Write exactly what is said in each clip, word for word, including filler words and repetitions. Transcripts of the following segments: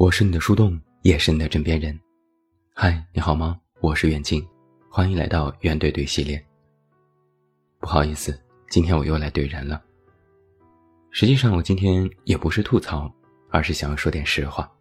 我是你的树洞，也是你的枕边人。嗨，你好吗？我是远近，欢迎来到远怼怼系列。不好意思，今天我又来怼人了。实际上我今天也不是吐槽，而是想要说点实话。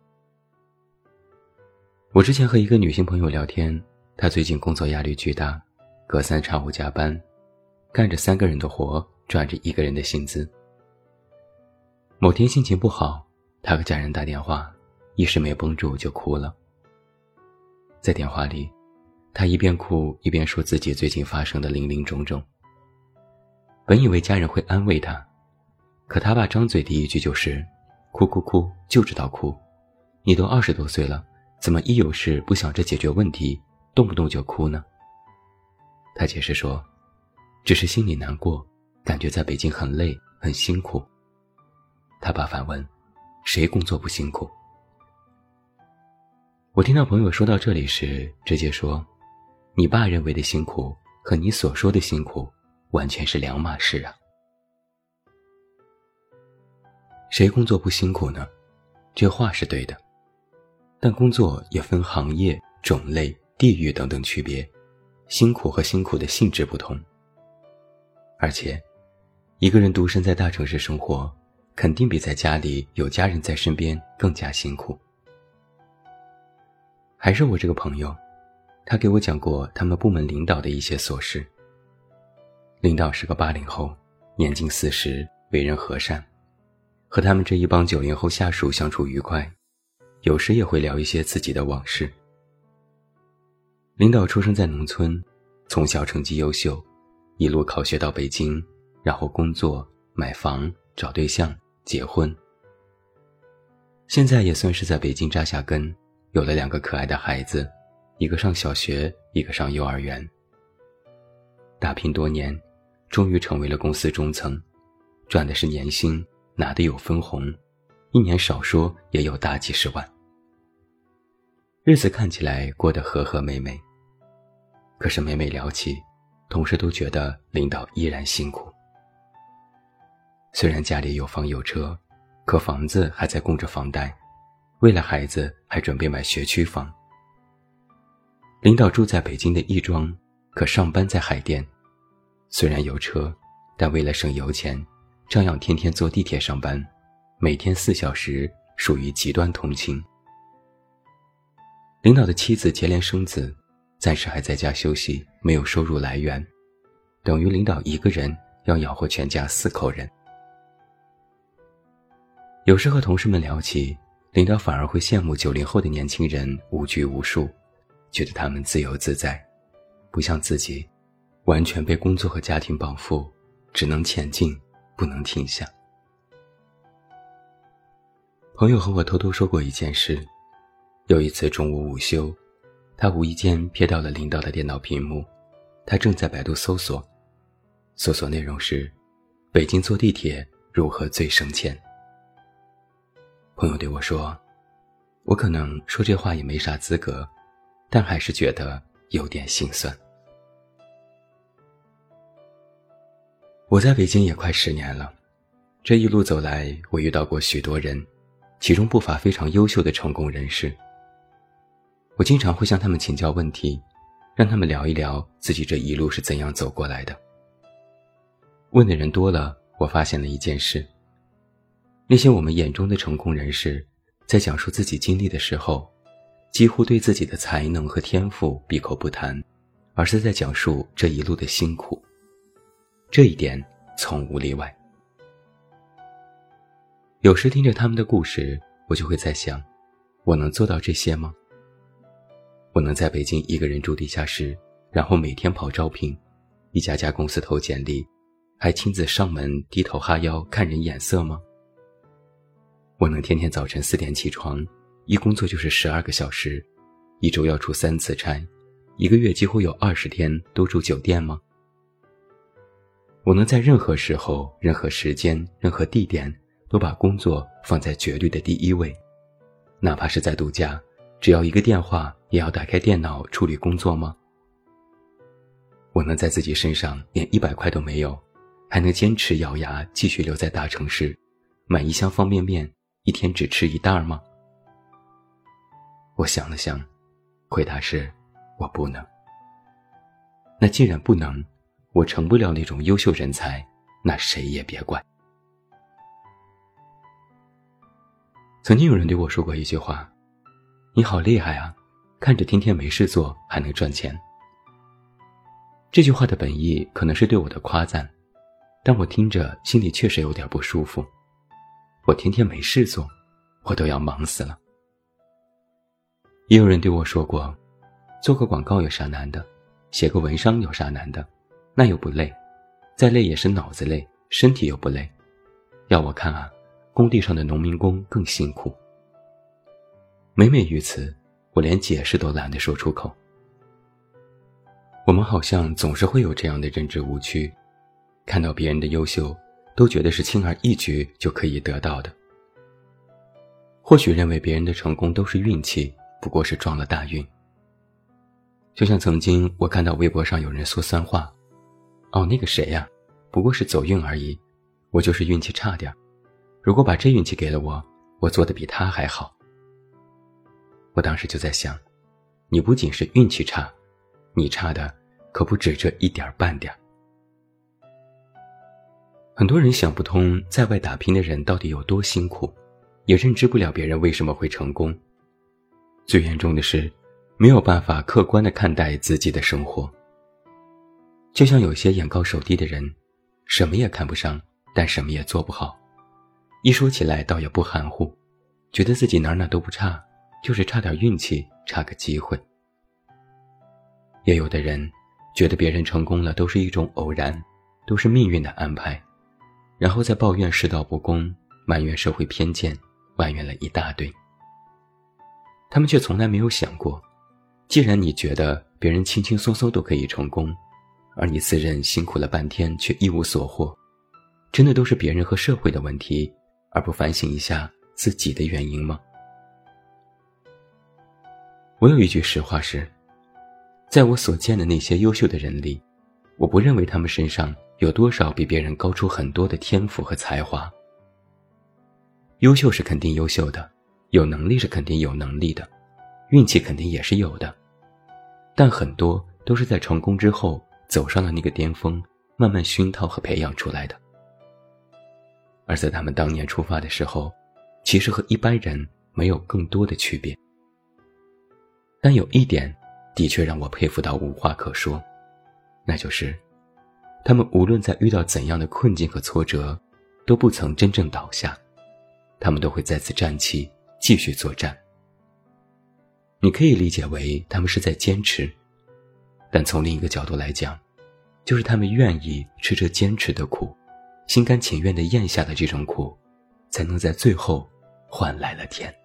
我之前和一个女性朋友聊天，她最近工作压力巨大，隔三差五加班，干着三个人的活，赚着一个人的薪资。某天心情不好，她给家人打电话，一时没绷住就哭了。在电话里，她一边哭一边说自己最近发生的林林种种。本以为家人会安慰她，可她爸张嘴第一句就是哭哭哭，就知道哭，你都二十多岁了，怎么一有事不想着解决问题，动不动就哭呢？她解释说，只是心里难过，感觉在北京很累很辛苦。她爸反问，谁工作不辛苦？我听到朋友说到这里时，直接说，你爸认为的辛苦和你所说的辛苦完全是两码事啊。谁工作不辛苦呢？这话是对的，但工作也分行业、种类、地域等等区别，辛苦和辛苦的性质不同。而且一个人独身在大城市生活，肯定比在家里有家人在身边更加辛苦。还是我这个朋友，他给我讲过他们部门领导的一些琐事。领导是个八零后，年近四十，为人和善，和他们这一帮九零后下属相处愉快，有时也会聊一些自己的往事。领导出生在农村，从小成绩优秀，一路考学到北京，然后工作、买房、找对象、结婚。现在也算是在北京扎下根，有了两个可爱的孩子，一个上小学，一个上幼儿园。打拼多年，终于成为了公司中层，赚的是年薪，拿的有分红，一年少说也有大几十万。日子看起来过得和和美美，可是每每聊起，同事都觉得领导依然辛苦。虽然家里有房有车，可房子还在供着房贷，为了孩子还准备买学区房。领导住在北京的亦庄，可上班在海淀，虽然有车，但为了省油钱，照样天天坐地铁上班，每天四小时，属于极端通勤。领导的妻子接连生子，暂时还在家休息，没有收入来源，等于领导一个人要养活全家四口人。有时和同事们聊起，领导反而会羡慕九零后的年轻人无拘无束，觉得他们自由自在，不像自己完全被工作和家庭绑缚，只能前进，不能停下。朋友和我偷偷说过一件事，有一次中午午休，他无意间瞥到了领导的电脑屏幕，他正在百度搜索，搜索内容是北京坐地铁如何最省钱。朋友对我说，我可能说这话也没啥资格，但还是觉得有点心酸。我在北京也快十年了，这一路走来，我遇到过许多人，其中不乏非常优秀的成功人士。我经常会向他们请教问题，让他们聊一聊自己这一路是怎样走过来的。问的人多了，我发现了一件事，那些我们眼中的成功人士，在讲述自己经历的时候，几乎对自己的才能和天赋闭口不谈，而是在讲述这一路的辛苦。这一点从无例外。有时听着他们的故事，我就会在想，我能做到这些吗？我能在北京一个人住地下室，然后每天跑招聘，一家家公司投简历，还亲自上门低头哈腰看人眼色吗？我能天天早晨四点起床，一工作就是十二个小时，一周要出三次差，一个月几乎有二十天都住酒店吗？我能在任何时候、任何时间、任何地点都把工作放在绝对的第一位，哪怕是在度假，只要一个电话也要打开电脑处理工作吗？我能在自己身上连一百块都没有，还能坚持咬牙继续留在大城市，买一箱方便面一天只吃一袋吗？ 我想了想，回答是我不能。那既然不能，我成不了那种优秀人才，那谁也别怪。曾经有人对我说过一句话，你好厉害啊，看着天天没事做还能赚钱。这句话的本意可能是对我的夸赞，但我听着心里确实有点不舒服。我天天没事做，我都要忙死了。也有人对我说过，做个广告有啥难的，写个文章有啥难的，那又不累，再累也是脑子累，身体又不累。要我看啊，工地上的农民工更辛苦。每每于此，我连解释都懒得说出口。我们好像总是会有这样的认知误区，看到别人的优秀，都觉得是轻而易举就可以得到的。或许认为别人的成功都是运气，不过是撞了大运。就像曾经我看到微博上有人说酸话，哦，那个谁呀，不过是走运而已，我就是运气差点，如果把这运气给了我，我做得比他还好。我当时就在想，你不仅是运气差，你差的可不止这一点半点。很多人想不通在外打拼的人到底有多辛苦，也认知不了别人为什么会成功。最严重的是，没有办法客观地看待自己的生活。就像有些眼高手低的人，什么也看不上，但什么也做不好，一说起来倒也不含糊，觉得自己哪哪都不差，就是差点运气，差个机会。也有的人觉得别人成功了都是一种偶然，都是命运的安排，然后再抱怨世道不公，埋怨社会偏见，埋怨了一大堆。他们却从来没有想过，既然你觉得别人轻轻松松都可以成功，而你自认辛苦了半天却一无所获，真的都是别人和社会的问题，而不反省一下自己的原因吗？我有一句实话是，在我所见的那些优秀的人里，我不认为他们身上有多少比别人高出很多的天赋和才华。优秀是肯定优秀的，有能力是肯定有能力的，运气肯定也是有的，但很多都是在成功之后走上了那个巅峰，慢慢熏陶和培养出来的。而在他们当年出发的时候，其实和一般人没有更多的区别。但有一点的确让我佩服到无话可说，那就是他们无论在遇到怎样的困境和挫折，都不曾真正倒下，他们都会再次站起，继续作战。你可以理解为他们是在坚持，但从另一个角度来讲，就是他们愿意吃着坚持的苦，心甘情愿地咽下了这种苦，才能在最后换来了天。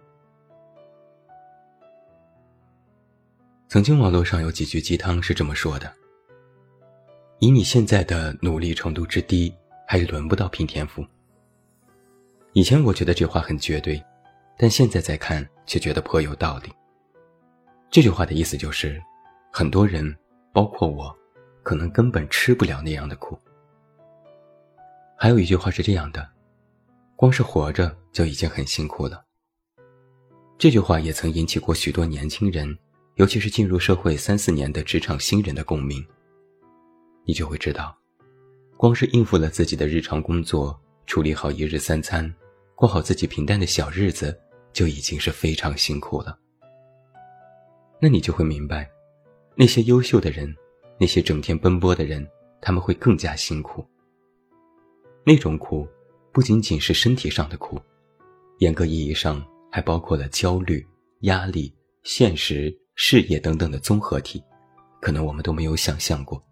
曾经网络上有几句鸡汤是这么说的，以你现在的努力程度之低，还轮不到拼天赋。以前我觉得这话很绝对，但现在再看却觉得颇有道理。这句话的意思就是，很多人，包括我，可能根本吃不了那样的苦。还有一句话是这样的，光是活着就已经很辛苦了。这句话也曾引起过许多年轻人，尤其是进入社会三四年的职场新人的共鸣。你就会知道，光是应付了自己的日常工作，处理好一日三餐，过好自己平淡的小日子，就已经是非常辛苦了。那你就会明白，那些优秀的人，那些整天奔波的人，他们会更加辛苦。那种苦不仅仅是身体上的苦，严格意义上还包括了焦虑、压力、现实、事业等等的综合体，可能我们都没有想象过。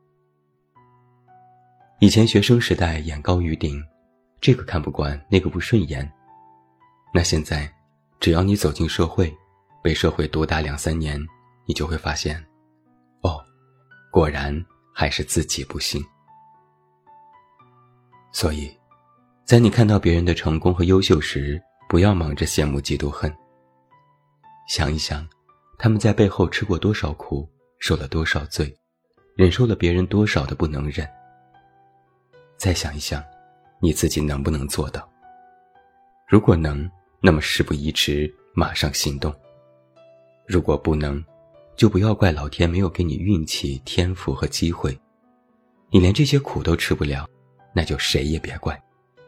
以前学生时代眼高于顶，这个看不惯，那个不顺眼。那现在，只要你走进社会，被社会毒打两三年，你就会发现，哦，果然还是自己不行。所以，在你看到别人的成功和优秀时，不要忙着羡慕嫉妒恨。想一想，他们在背后吃过多少苦，受了多少罪，忍受了别人多少的不能忍。再想一想，你自己能不能做到？如果能，那么事不宜迟，马上行动。 如果不能，就不要怪老天没有给你运气、天赋和机会。你连这些苦都吃不了，那就谁也别怪。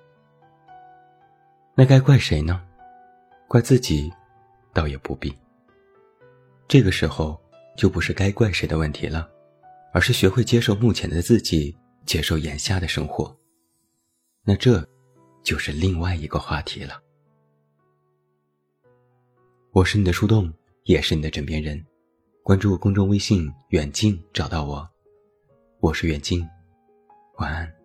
那该怪谁呢？怪自己，倒也不必。这个时候，就不是该怪谁的问题了，而是学会接受目前的自己，接受眼下的生活。那这就是另外一个话题了。我是你的树洞，也是你的枕边人。关注公众微信远近找到我，我是远近，晚安。